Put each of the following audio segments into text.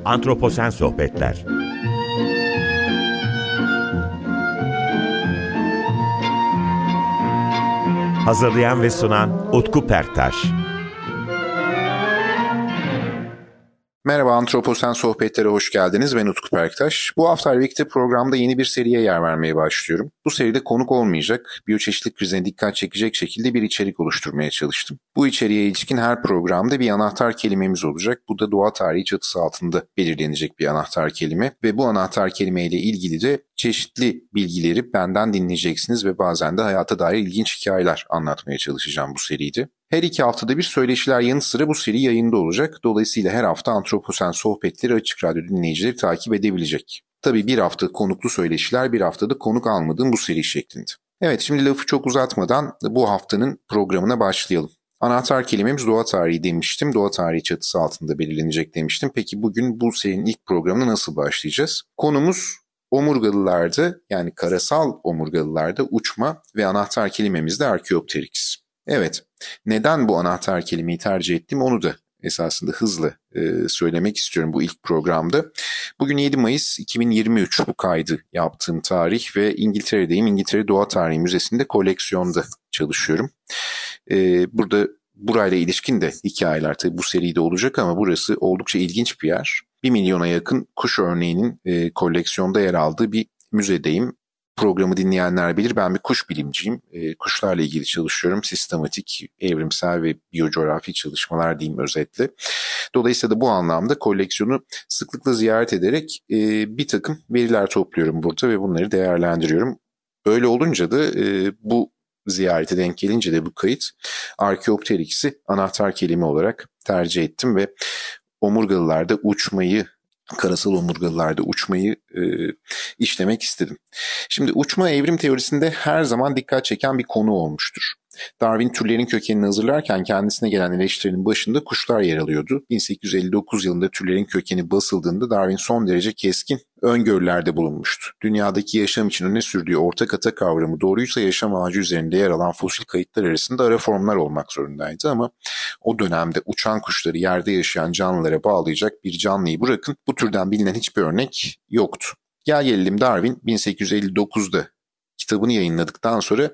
Antroposen Sohbetler. Hazırlayan ve sunan Utku Perktaş. Merhaba, Antroposen Sohbetlere hoş geldiniz. Ben Utku Perktaş. Bu hafta birlikte programda yeni bir seriye yer vermeye başlıyorum. Bu seride konuk olmayacak, biyoçeşitlilik krizine dikkat çekecek şekilde bir içerik oluşturmaya çalıştım. Bu içeriğe ilişkin her programda bir anahtar kelimemiz olacak. Bu da doğa tarihi çatısı altında belirlenecek bir anahtar kelime. Ve bu anahtar kelimeyle ilgili de çeşitli bilgileri benden dinleyeceksiniz ve bazen de hayata dair ilginç hikayeler anlatmaya çalışacağım bu seride. Her iki haftada bir söyleşiler yanı sıra bu seri yayında olacak. Dolayısıyla her hafta Antroposen Sohbetleri Açık Radyo dinleyicileri takip edebilecek. Tabii bir hafta konuklu söyleşiler, bir haftada konuk almadığım bu seri şeklinde. Evet, şimdi lafı çok uzatmadan bu haftanın programına başlayalım. Anahtar kelimemiz doğa tarihi demiştim. Doğa tarihi çatısı altında belirlenecek demiştim. Peki bugün bu serinin ilk programına nasıl başlayacağız? Konumuz omurgalılarda, yani karasal omurgalılarda uçma ve anahtar kelimemiz de Archaeopteryx. Evet, neden bu anahtar kelimeyi tercih ettim onu da esasında hızlı söylemek istiyorum bu ilk programda. Bugün 7 Mayıs 2023 bu kaydı yaptığım tarih ve İngiltere'deyim. İngiltere Doğa Tarihi Müzesi'nde koleksiyonda çalışıyorum. Burada burayla ilişkin de hikayeler tabii bu seride olacak ama burası oldukça ilginç bir yer. 1 milyona yakın kuş örneğinin koleksiyonda yer aldığı bir müzedeyim. Programı dinleyenler bilir, ben bir kuş bilimciyim. Kuşlarla ilgili çalışıyorum. Sistematik, evrimsel ve biyocoğrafi çalışmalar diyeyim özetle. Dolayısıyla da bu anlamda koleksiyonu sıklıkla ziyaret ederek bir takım veriler topluyorum burada ve bunları değerlendiriyorum. Öyle olunca da bu ziyarete denk gelince de bu kayıt Archaeopteryx'i anahtar kelime olarak tercih ettim ve omurgalılarda uçmayı, karasal omurgalılarda uçmayı işlemek istedim. Şimdi uçma evrim teorisinde her zaman dikkat çeken bir konu olmuştur. Darwin türlerin kökenini hazırlarken kendisine gelen eleştirinin başında kuşlar yer alıyordu. 1859 yılında türlerin kökeni basıldığında Darwin son derece keskin öngörülerde bulunmuştu. Dünyadaki yaşam için öne sürdüğü ortak ata kavramı doğruysa yaşam ağacı üzerinde yer alan fosil kayıtlar arasında ara formlar olmak zorundaydı ama o dönemde uçan kuşları yerde yaşayan canlılara bağlayacak bir canlıyı bırakın bu türden bilinen hiçbir örnek yoktu. Gel gelelim Darwin 1859'da kitabını yayınladıktan sonra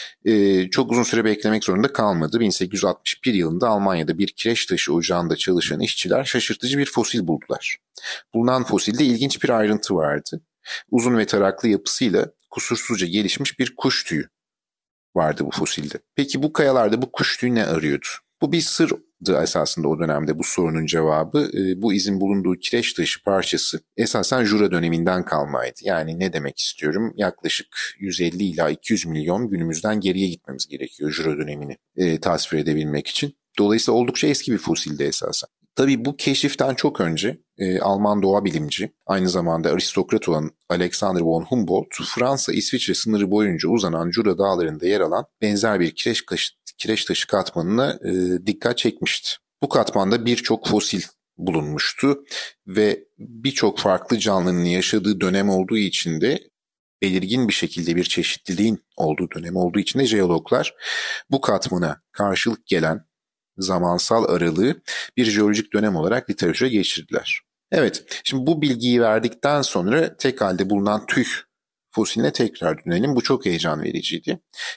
çok uzun süre beklemek zorunda kalmadı. 1861 yılında Almanya'da bir kireç taşı ocağında çalışan işçiler şaşırtıcı bir fosil buldular. Bulunan fosilde ilginç bir ayrıntı vardı. Uzun ve taraklı yapısıyla kusursuzca gelişmiş bir kuş tüyü vardı bu fosilde. Peki bu kayalarda bu kuş tüyü ne arıyordu? Bu bir sırdı esasında o dönemde bu sorunun cevabı. Bu izin bulunduğu kireç taşı parçası esasen Jura döneminden kalmaydı. Yani ne demek istiyorum? Yaklaşık 150 ila 200 milyon günümüzden geriye gitmemiz gerekiyor Jura dönemini tasvir edebilmek için. Dolayısıyla oldukça eski bir fosilde esasen. Tabii bu keşiften çok önce Alman doğa bilimci, aynı zamanda aristokrat olan Alexander von Humboldt, Fransa-İsviçre sınırı boyunca uzanan Jura dağlarında yer alan benzer bir kireç taşı katmanına dikkat çekmişti. Bu katmanda birçok fosil bulunmuştu ve birçok farklı canlının yaşadığı dönem olduğu için de belirgin bir şekilde bir çeşitliliğin olduğu dönem olduğu için de jeologlar bu katmana karşılık gelen zamansal aralığı bir jeolojik dönem olarak literatüre geçirdiler. Evet, şimdi bu bilgiyi verdikten sonra tek halde bulunan tüy fosiline tekrar dönelim. Bu çok heyecan vericiydi.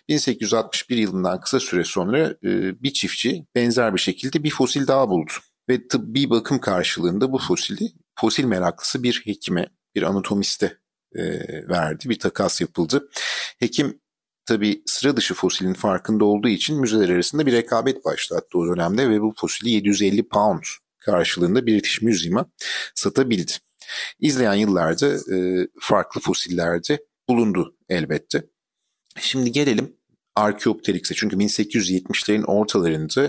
1861 yılından kısa süre sonra bir çiftçi benzer bir şekilde bir fosil daha buldu. Ve tıbbi bakım karşılığında bu fosili fosil meraklısı bir hekime, bir anatomiste verdi. Bir takas yapıldı. Hekim tabii sıra dışı fosilin farkında olduğu için müzeler arasında bir rekabet başlattı o dönemde ve bu fosili 750 pound karşılığında British Museum'a satabildi. İzleyen yıllarda farklı fosillerde bulundu elbette. Şimdi gelelim Archaeopteryx'e. Çünkü 1870'lerin ortalarında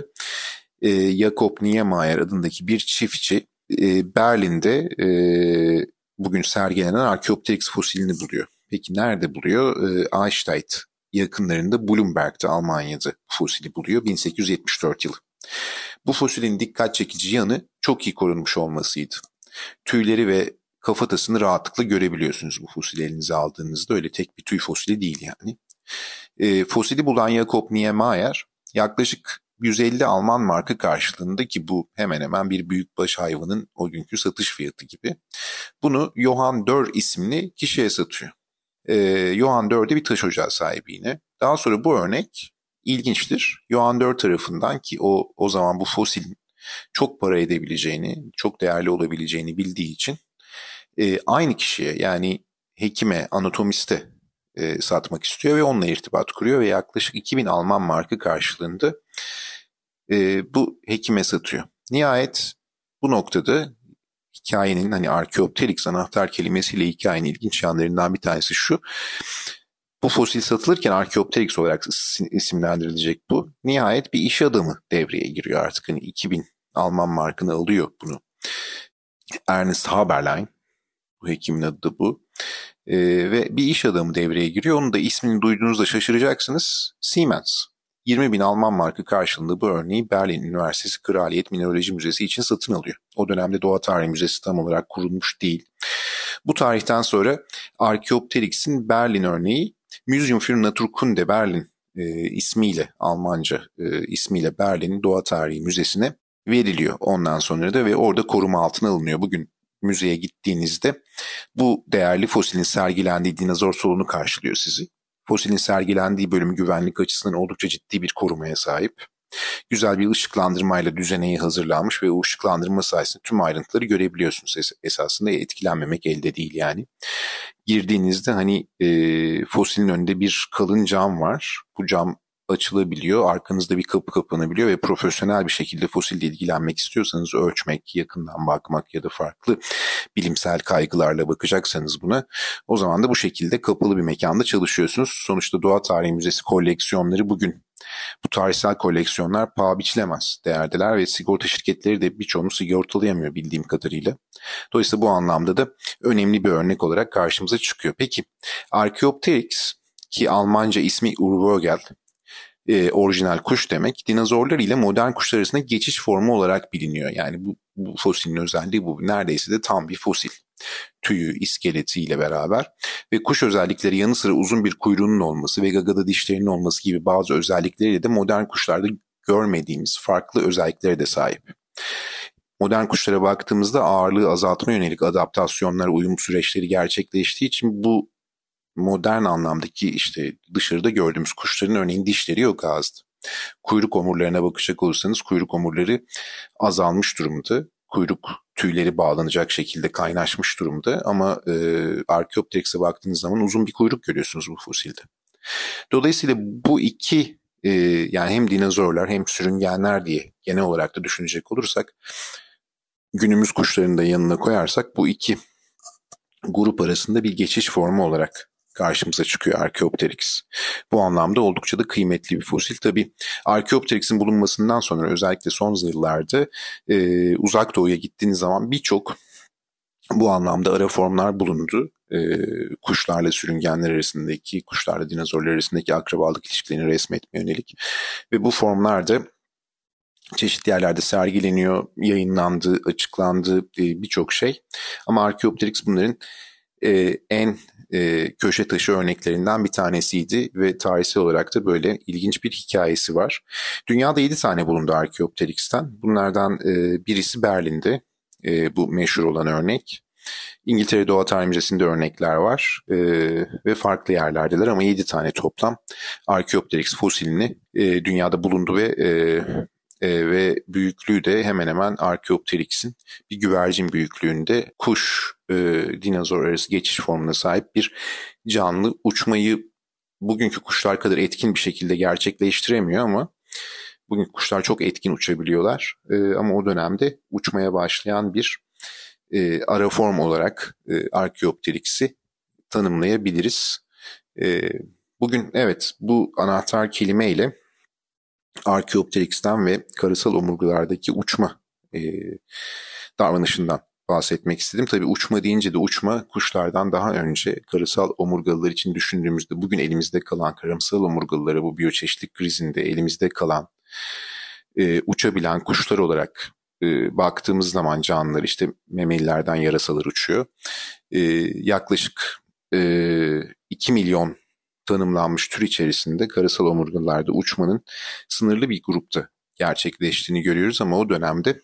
Jakob Niemeyer adındaki bir çiftçi Berlin'de bugün sergilenen Archaeopteryx fosilini buluyor. Peki nerede buluyor? Eichstätt yakınlarında Blumberg'de, Almanya'da fosili buluyor 1874 yılı. Bu fosilin dikkat çekici yanı çok iyi korunmuş olmasıydı. Tüyleri ve kafatasını rahatlıkla görebiliyorsunuz bu fosili elinize aldığınızda. Öyle tek bir tüy fosili değil yani. Fosili bulan Jakob Niemeyer yaklaşık 150 Alman marka karşılığında, ki bu hemen hemen bir büyükbaş hayvanın o günkü satış fiyatı gibi, bunu Johann Dörr isimli kişiye satıyor. Johann Dörr de bir taş ocağı sahibi yine. Daha sonra bu örnek ilginçtir. Johann Dörr tarafından, ki o zaman bu fosilin çok para edebileceğini, çok değerli olabileceğini bildiği için aynı kişiye, yani hekime, anatomiste satmak istiyor ve onunla irtibat kuruyor ve yaklaşık 2000 Alman marka karşılığında bu hekime satıyor. Nihayet bu noktada hikayenin, hani Archaeopteryx anahtar kelimesiyle hikayenin ilginç yanlarından bir tanesi şu: bu fosil satılırken Archaeopteryx olarak isimlendirilecek bu. Nihayet bir iş adamı devreye giriyor artık. Hani 2000 Alman markını alıyor bunu. Ernest Haberlein, bu hekimin adı da bu. Ve bir iş adamı devreye giriyor. Onun da ismini duyduğunuzda şaşıracaksınız: Siemens. 20.000 Alman marka karşılığında bu örneği Berlin Üniversitesi Kraliyet Mineraloji Müzesi için satın alıyor. O dönemde Doğa Tarihi Müzesi tam olarak kurulmuş değil. Bu tarihten sonra Archaeopteryx'in Berlin örneği Museum für Naturkunde Berlin ismiyle, Almanca ismiyle Berlin Doğa Tarihi Müzesi'ne veriliyor ondan sonra da ve orada koruma altına alınıyor. Bugün müzeye gittiğinizde bu değerli fosilin sergilendiği dinozor salonu karşılıyor sizi. Fosilin sergilendiği bölüm güvenlik açısından oldukça ciddi bir korumaya sahip. Güzel bir ışıklandırmayla düzeneği hazırlanmış ve o ışıklandırma sayesinde tüm ayrıntıları görebiliyorsunuz. Esasında etkilenmemek elde değil yani. Girdiğinizde hani fosilin önünde bir kalın cam var. Bu cam açılabiliyor, arkanızda bir kapı kapanabiliyor ve profesyonel bir şekilde fosille ilgilenmek istiyorsanız, ölçmek, yakından bakmak ya da farklı bilimsel kaygılarla bakacaksanız buna, o zaman da bu şekilde kapalı bir mekanda çalışıyorsunuz. Sonuçta Doğa Tarihi Müzesi koleksiyonları bugün, bu tarihsel koleksiyonlar paha biçilemez değerdeler ve sigorta şirketleri de birçoğunu sigortalayamıyor bildiğim kadarıyla. Dolayısıyla bu anlamda da önemli bir örnek olarak karşımıza çıkıyor. Peki Archaeopteryx, ki Almanca ismi Urvogel, orijinal kuş demek, dinozorlar ile modern kuşlar arasında geçiş formu olarak biliniyor. Yani bu fosilin özelliği bu. Neredeyse de tam bir fosil. Tüyü, iskeletiyle beraber ve kuş özellikleri yanı sıra uzun bir kuyruğunun olması ve gagada dişlerinin olması gibi bazı özellikleriyle de modern kuşlarda görmediğimiz farklı özelliklere de sahip. Modern kuşlara baktığımızda ağırlığı azaltma yönelik adaptasyonlar, uyum süreçleri gerçekleştiği için bu modern anlamdaki işte dışarıda gördüğümüz kuşların örneğin dişleri yok ağızda. Kuyruk omurlarına bakacak olursanız kuyruk omurları azalmış durumda. Kuyruk tüyleri bağlanacak şekilde kaynaşmış durumda ama Archaeopteryx'e baktığınız zaman uzun bir kuyruk görüyorsunuz bu fosilde. Dolayısıyla bu iki yani hem dinozorlar hem sürüngenler diye genel olarak da düşünecek olursak, günümüz kuşlarını da yanına koyarsak bu iki grup arasında bir geçiş formu olarak karşımıza çıkıyor Archaeopteryx. Bu anlamda oldukça da kıymetli bir fosil. Tabii Archaeopteryx'in bulunmasından sonra özellikle son yıllarda Uzak Doğu'ya gittiğiniz zaman birçok bu anlamda ara formlar bulundu. Kuşlarla sürüngenler arasındaki, kuşlarla dinozorlar arasındaki akrabalık ilişkilerini resmetmeye yönelik. Ve bu formlar da çeşitli yerlerde sergileniyor, yayınlandı, açıklandı birçok şey. Ama Archaeopteryx bunların en köşe taşı örneklerinden bir tanesiydi ve tarihsel olarak da böyle ilginç bir hikayesi var. Dünyada 7 tane bulundu Archaeopteryx'ten. Bunlardan birisi Berlin'de, bu meşhur olan örnek. İngiltere Doğa Tarihi Müzesi'nde örnekler var ve farklı yerlerdeler ama 7 tane toplam Archaeopteryx fosilini dünyada bulundu ve büyüklüğü de hemen hemen Archaeopteryx'in bir güvercin büyüklüğünde, kuş dinozor arası geçiş formuna sahip bir canlı. Uçmayı bugünkü kuşlar kadar etkin bir şekilde gerçekleştiremiyor ama bugünkü kuşlar çok etkin uçabiliyorlar. Ama o dönemde uçmaya başlayan bir ara form olarak Archaeopteryx'i tanımlayabiliriz. Bugün evet, bu anahtar kelimeyle Archaeopteryx'ten ve karasal omurgalardaki uçma davranışından bahsetmek istedim. Tabii uçma deyince de uçma kuşlardan daha önce karasal omurgalılar için düşündüğümüzde bugün elimizde kalan karasal omurgalılara, bu biyoçeşitlilik krizinde elimizde kalan uçabilen kuşlar olarak baktığımız zaman canlılar, işte memelilerden yarasalar uçuyor. Yaklaşık 2 milyon tanımlanmış tür içerisinde karasal omurgalarda uçmanın sınırlı bir grupta gerçekleştiğini görüyoruz ama o dönemde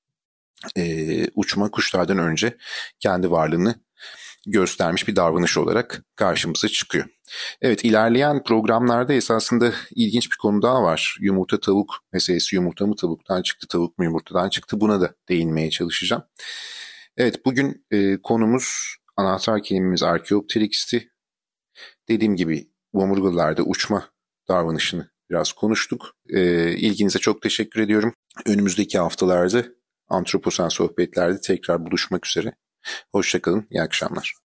uçma kuşlardan önce kendi varlığını göstermiş bir davranış olarak karşımıza çıkıyor. Evet, ilerleyen programlarda esasında ilginç bir konu daha var. Yumurta tavuk meselesi. Yumurta mı tavuktan çıktı, tavuk mu yumurtadan çıktı, buna da değinmeye çalışacağım. Evet, bugün konumuz, anahtar kelimemiz Archaeopteryx'ti. Dediğim gibi omurgalarda uçma davranışını biraz konuştuk. İlginize çok teşekkür ediyorum. Önümüzdeki haftalarda Antroposen sohbetlerde tekrar buluşmak üzere. Hoşça kalın, iyi akşamlar.